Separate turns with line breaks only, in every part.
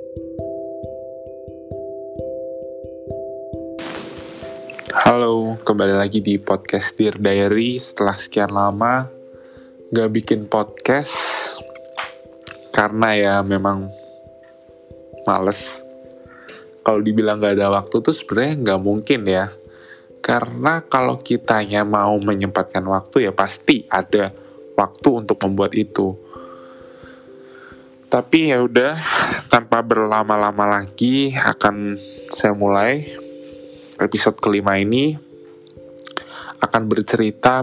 Halo, kembali lagi di podcast Dear Diary. Setelah sekian lama gak bikin podcast karena ya memang males. Kalau dibilang gak ada waktu tuh sebenarnya gak mungkin ya. Karena kalau kitanya mau menyempatkan waktu ya pasti ada waktu untuk membuat itu. Tapi ya udah, tanpa berlama-lama lagi akan saya mulai. Episode kelima ini akan bercerita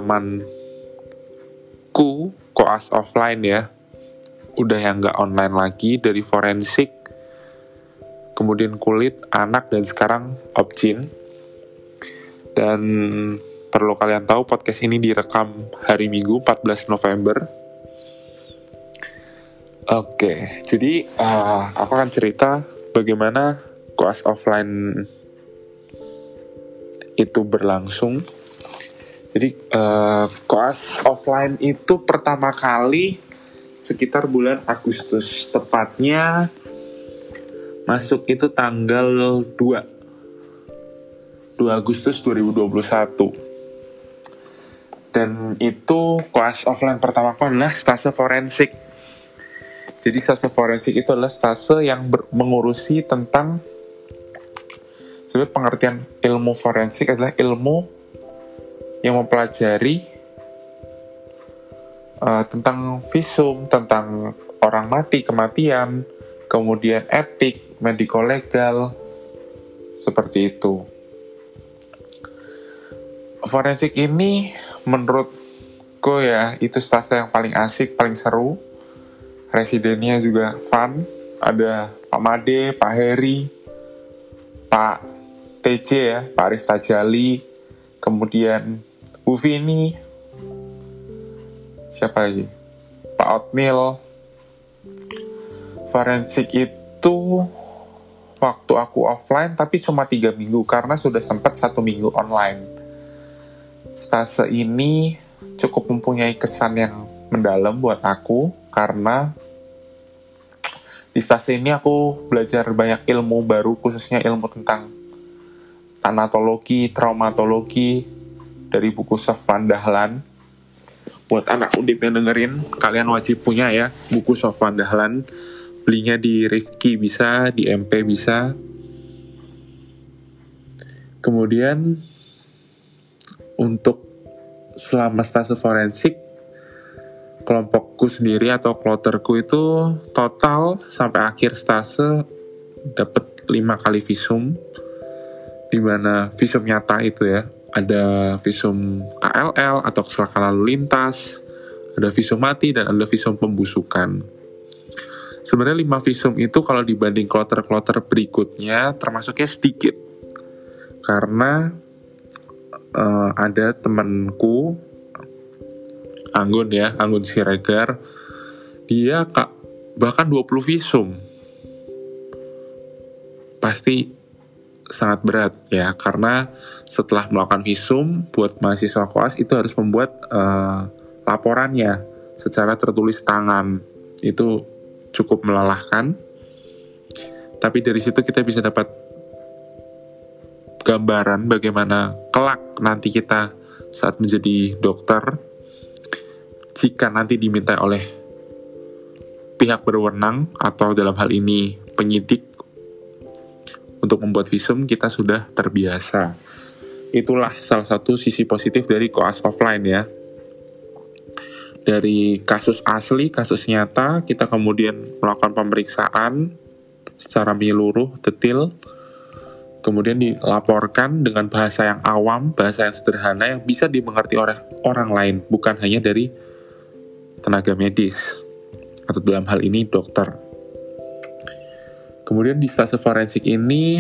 pengalamanku koas offline ya. Udah yang gak online lagi, dari forensik, kemudian kulit, anak, dan sekarang Opjin. Dan perlu kalian tahu podcast ini direkam hari Minggu 14 November. Oke, jadi aku akan cerita bagaimana koas offline itu berlangsung. Jadi koas offline itu pertama kali sekitar bulan Agustus, tepatnya masuk itu tanggal 2 Agustus 2021. Dan itu koas offline pertamaku adalah stase forensik. Jadi stase forensik itu adalah stase yang mengurusi tentang, sebenarnya pengertian ilmu forensik adalah ilmu yang mempelajari tentang visum, tentang orang mati, kematian, kemudian etik, medico-legal, seperti itu. Forensik ini menurutku ya, itu stase yang paling asik, paling seru. Residennya juga fun. Ada Pak Made, Pak Heri, Pak TJ ya, Pak Arista Jali, kemudian Bu Vini, siapa lagi? Pak Otnil. Forensik itu waktu aku offline tapi cuma 3 minggu karena sudah sempat 1 minggu online. Stase ini cukup mempunyai kesan yang mendalam buat aku karena di stase ini aku belajar banyak ilmu baru, khususnya ilmu tentang tanatologi, traumatologi dari buku Sofwan Dahlan. Buat anak undip yang dengerin, kalian wajib punya ya buku Sofwan Dahlan. Belinya di Rifki bisa, di MP bisa. Kemudian untuk selama stase forensik, kelompokku sendiri atau kloterku itu total sampai akhir stase dapat 5 kali visum. Di mana visum nyata itu ya, ada visum KLL atau kecelakaan lalu lintas, ada visum mati, dan ada visum pembusukan. Sebenarnya 5 visum itu kalau dibanding kloter-kloter berikutnya termasuknya sedikit, karena ada temanku Anggun Siregar, dia bahkan 20 visum. Pasti sangat berat ya, karena setelah melakukan visum buat mahasiswa koas itu harus membuat laporannya secara tertulis tangan. Itu cukup melelahkan, tapi dari situ kita bisa dapat gambaran bagaimana kelak nanti kita saat menjadi dokter, jika nanti diminta oleh pihak berwenang atau dalam hal ini penyidik untuk membuat visum, kita sudah terbiasa. Itulah salah satu sisi positif dari koas offline ya. Dari kasus asli, kasus nyata, kita kemudian melakukan pemeriksaan secara menyeluruh, detail, kemudian dilaporkan dengan bahasa yang awam, bahasa yang sederhana, yang bisa dimengerti oleh orang lain, bukan hanya dari tenaga medis, atau dalam hal ini dokter. Kemudian di stase forensik ini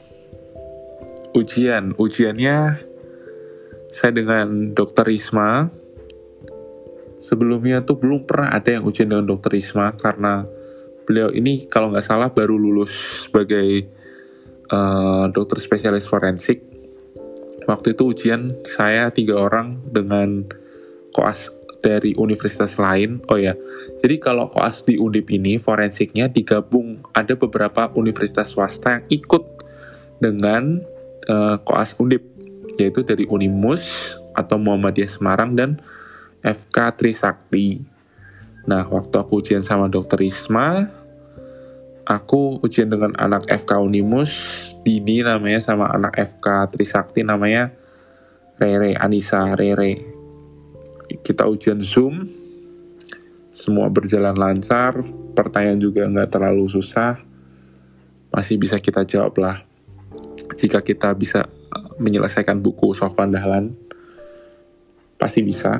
ujiannya saya dengan Dr. Risma. Sebelumnya tuh belum pernah ada yang ujian dengan Dr. Risma, karena beliau ini kalau nggak salah baru lulus sebagai dokter spesialis forensik. Waktu itu ujian saya 3 orang dengan koas dari universitas lain. Oh ya, jadi kalau koas di Undip ini forensiknya digabung ada beberapa universitas swasta yang ikut dengan koas Undip, yaitu dari Unimus atau Muhammadiyah Semarang dan FK Trisakti. Nah, waktu aku ujian sama Dr. Risma, aku ujian dengan anak FK Unimus, Dini namanya, sama anak FK Trisakti namanya Rere, Anissa Rere. Kita ujian Zoom, semua berjalan lancar, pertanyaan juga nggak terlalu susah, masih bisa kita jawab lah. Jika kita bisa menyelesaikan buku Sofwan Dahlan, pasti bisa.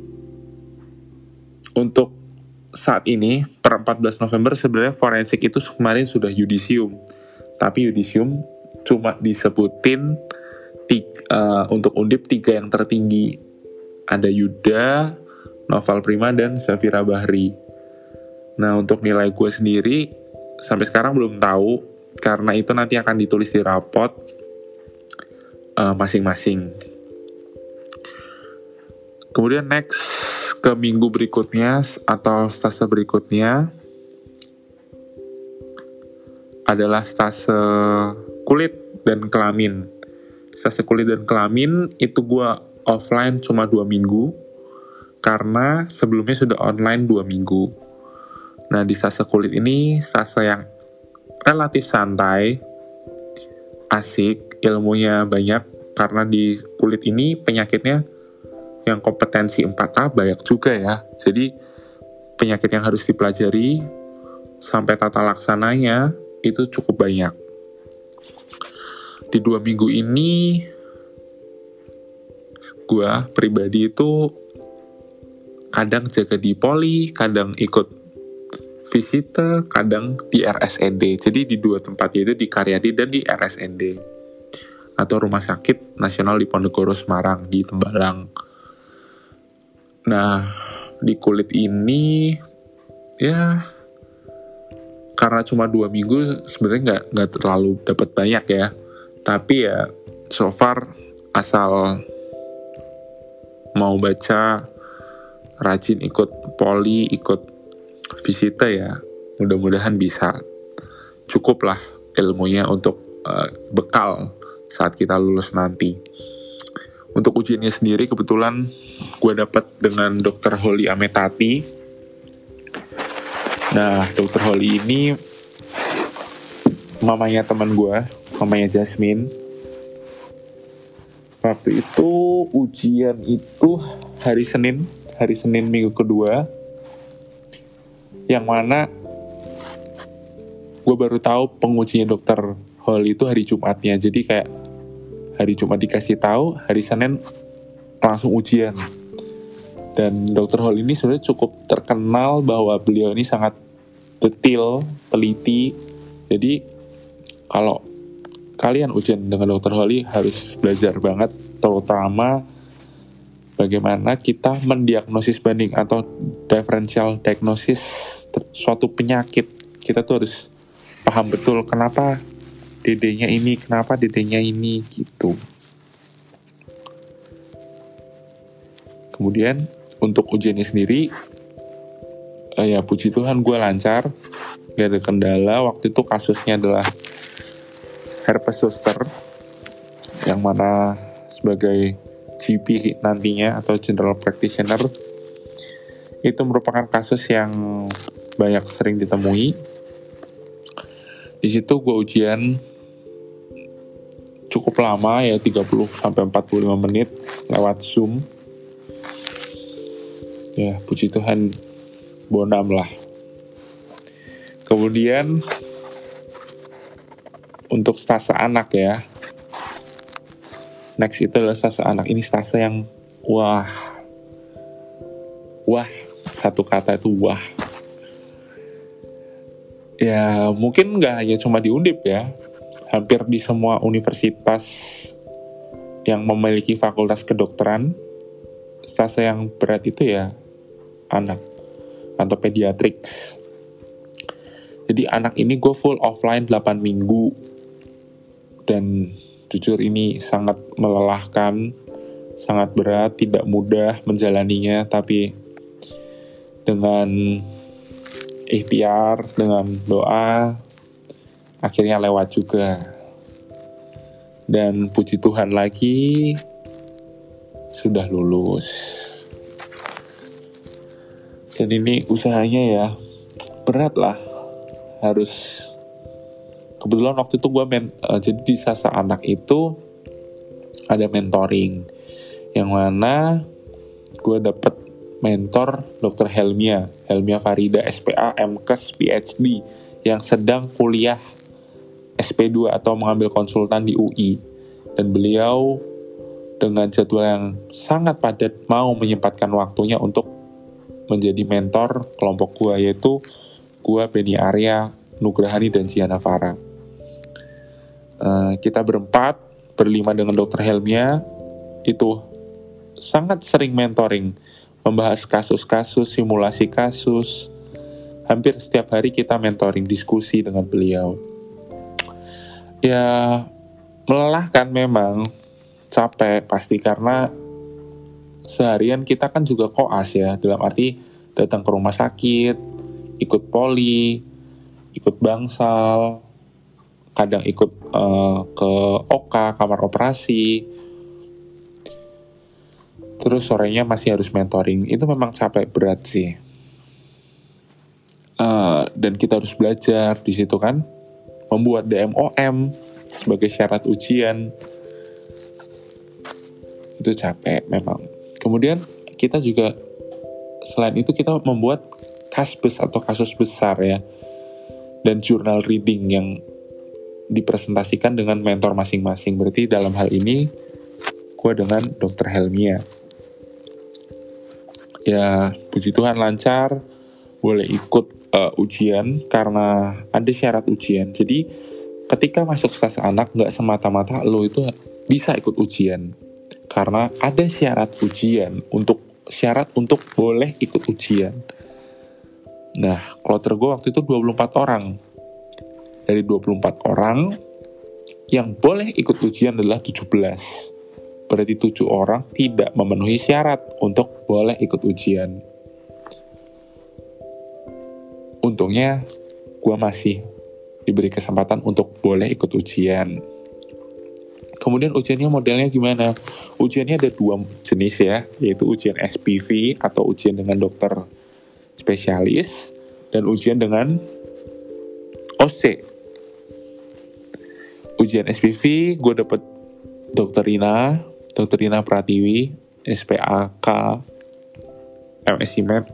Untuk saat ini, per 14 November sebenarnya forensik itu kemarin sudah yudisium. Tapi yudisium cuma disebutin untuk Undip 3 yang tertinggi. Ada Yuda, Noval Prima, dan Zafira Bahri. Nah, untuk nilai gue sendiri, sampai sekarang belum tahu, karena itu nanti akan ditulis di rapot masing-masing. Kemudian next, ke minggu berikutnya atau stase berikutnya adalah stase kulit dan kelamin. Stase kulit dan kelamin itu gue offline cuma 2 minggu, karena sebelumnya sudah online 2 minggu. Nah, di stase kulit ini stase yang relatif santai, asik, ilmunya banyak, karena di kulit ini penyakitnya yang kompetensi 4A banyak juga ya. Jadi penyakit yang harus dipelajari sampai tata laksananya itu cukup banyak. Di 2 minggu ini gue pribadi itu kadang jaga di poli, kadang ikut visite, kadang di RSND. Jadi di 2 tempat itu, di Karyadi dan di RSND atau Rumah Sakit Nasional Diponegoro Semarang di Tembalang. Nah, di kulit ini ya karena cuma 2 minggu sebenarnya nggak terlalu dapat banyak ya. Tapi ya so far asal mau baca, rajin ikut poli, ikut visite ya, mudah-mudahan bisa cukup lah ilmunya untuk bekal saat kita lulus nanti. Untuk ujiannya sendiri kebetulan gue dapat dengan Dr. Holly Ametati. Nah, Dr. Holly ini mamanya teman gue, mamanya Jasmine. Waktu itu ujian itu hari Senin minggu kedua, yang mana gue baru tahu pengujian Dr. Holly itu hari Jumatnya. Jadi kayak hari Jumat dikasih tahu, hari Senin langsung ujian. Dan Dr. Hall ini sebenarnya cukup terkenal bahwa beliau ini sangat detail, teliti. Jadi kalau kalian ujian dengan Dr. Holly harus belajar banget, terutama bagaimana kita mendiagnosis banding atau differential diagnosis suatu penyakit. Kita tuh harus paham betul kenapa DD-nya ini, kenapa DD-nya ini gitu. Kemudian untuk ujiannya sendiri, ya puji Tuhan gue lancar, gak ada kendala. Waktu itu kasusnya adalah herpes zoster, yang mana sebagai GP nantinya atau general practitioner, itu merupakan kasus yang banyak sering ditemui. Di situ gue ujian cukup lama ya, 30-45 menit lewat Zoom. Ya, puji Tuhan bonam lah. Kemudian untuk stase anak ya. Next itu adalah stase anak. Ini stase yang wah, satu kata itu wah. Ya mungkin nggak hanya cuma di Undip ya, hampir di semua universitas yang memiliki fakultas kedokteran, stase yang berat itu ya anak atau pediatrik. Jadi anak ini gue full offline 8 minggu, dan jujur ini sangat melelahkan, sangat berat, tidak mudah menjalaninya, tapi dengan ikhtiar, dengan doa, akhirnya lewat juga. Dan puji Tuhan lagi sudah lulus. Dan ini usahanya ya berat lah. Harus, kebetulan waktu itu gue jadi di Sasa Anak itu ada mentoring, yang mana gue dapet mentor Dr. Helmia Farida, SPA, MKes, PhD, yang sedang kuliah SP2 atau mengambil konsultan di UI. Dan beliau dengan jadwal yang sangat padat mau menyempatkan waktunya untuk menjadi mentor kelompok gue, yaitu gue, Benny Arya, Nugrahani, dan Giana Farah. Kita berlima dengan Dr. Helmia itu sangat sering mentoring, membahas kasus-kasus, simulasi kasus. Hampir setiap hari kita mentoring, diskusi dengan beliau. Ya, melelahkan memang, capek pasti, karena seharian kita kan juga koas ya, dalam arti datang ke rumah sakit, ikut poli, ikut bangsal, kadang ikut ke OK, kamar operasi, terus sorenya masih harus mentoring. Itu memang capek berat sih. Dan kita harus belajar di situ kan, membuat DMOM sebagai syarat ujian. Itu capek memang. Kemudian kita juga, selain itu kita membuat kasbes atau kasus besar ya, dan journal reading yang dipresentasikan dengan mentor masing-masing. Berarti dalam hal ini gue dengan Dr. Helmia. Ya, puji Tuhan lancar, boleh ikut ujian karena ada syarat ujian. Jadi ketika masuk Sasa Anak, gak semata-mata lo itu bisa ikut ujian, karena ada syarat ujian, syarat untuk boleh ikut ujian. Nah, kloter gue waktu itu 24 orang. Dari 24 orang, yang boleh ikut ujian adalah 17. Berarti 7 orang tidak memenuhi syarat untuk boleh ikut ujian. Untungnya, gue masih diberi kesempatan untuk boleh ikut ujian. Kemudian ujiannya modelnya gimana? Ujiannya ada 2 jenis ya, yaitu ujian SPV atau ujian dengan dokter spesialis, dan ujian dengan OC. Ujian SPV gue dapet Dr. Rina Pratiwi, SPAK, MSc Med.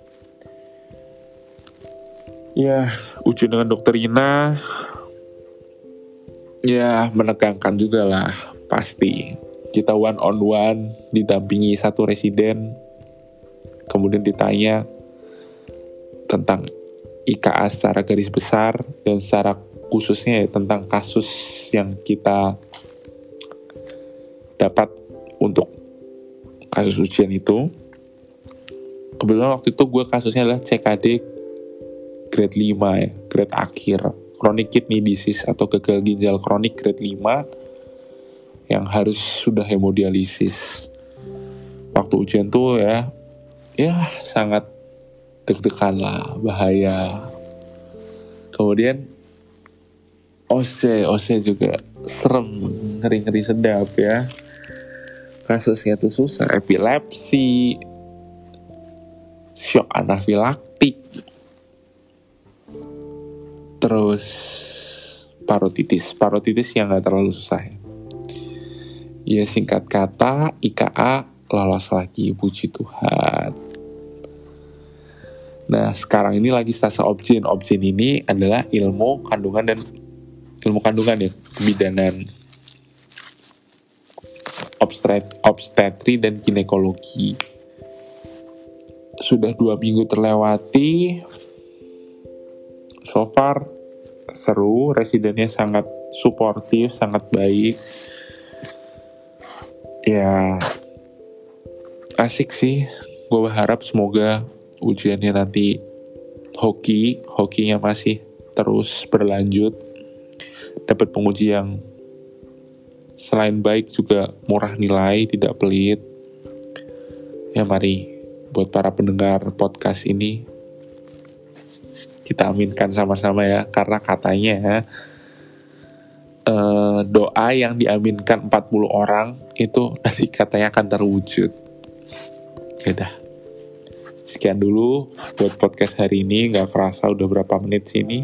Ya, ujian dengan Dr. Rina ya menegangkan juga lah, pasti. Kita one on one, didampingi satu residen, kemudian ditanya tentang IKA secara garis besar, dan secara khususnya ya, tentang kasus yang kita dapat untuk kasus ujian itu. Kebetulan waktu itu gue kasusnya adalah CKD grade 5 ya, grade akhir, chronic kidney disease atau gagal ginjal kronik grade 5 yang harus sudah hemodialisis. Waktu ujian tuh ya sangat deg-degan lah, bahaya. Kemudian OC juga serem, ngeri-ngeri sedap ya. Kasusnya tuh susah, epilepsi, shock anafilaktik, terus parotitis yang gak terlalu susah ya. Ya singkat kata, IKA lolos lagi, puji Tuhan. Nah sekarang ini lagi Sasa Obgyn. Obgyn ini adalah ilmu kandungan ya, kebidanan, obstetri dan ginekologi. Sudah 2 minggu terlewati. So far seru, residennya sangat suportif, sangat baik. Ya asik sih. Gue berharap semoga ujiannya nanti hokinya masih terus berlanjut, dapat penguji yang selain baik juga murah nilai, tidak pelit. Ya mari, buat para pendengar podcast ini, kita aminkan sama-sama ya, karena katanya doa yang diaminkan 40 orang itu nanti katanya akan terwujud. Yaudah, sekian dulu buat podcast hari ini. Gak kerasa udah berapa menit sini.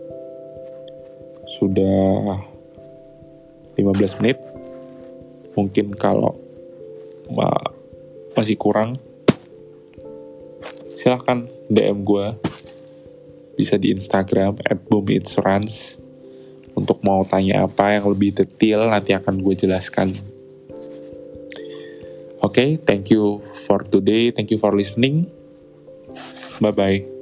Sudah 15 menit. Mungkin kalau masih kurang, silahkan DM gue. Bisa di Instagram @bumiinsurance. Untuk mau tanya apa yang lebih detail nanti akan gue jelaskan. Oke, thank you for today. Thank you for listening. Bye-bye.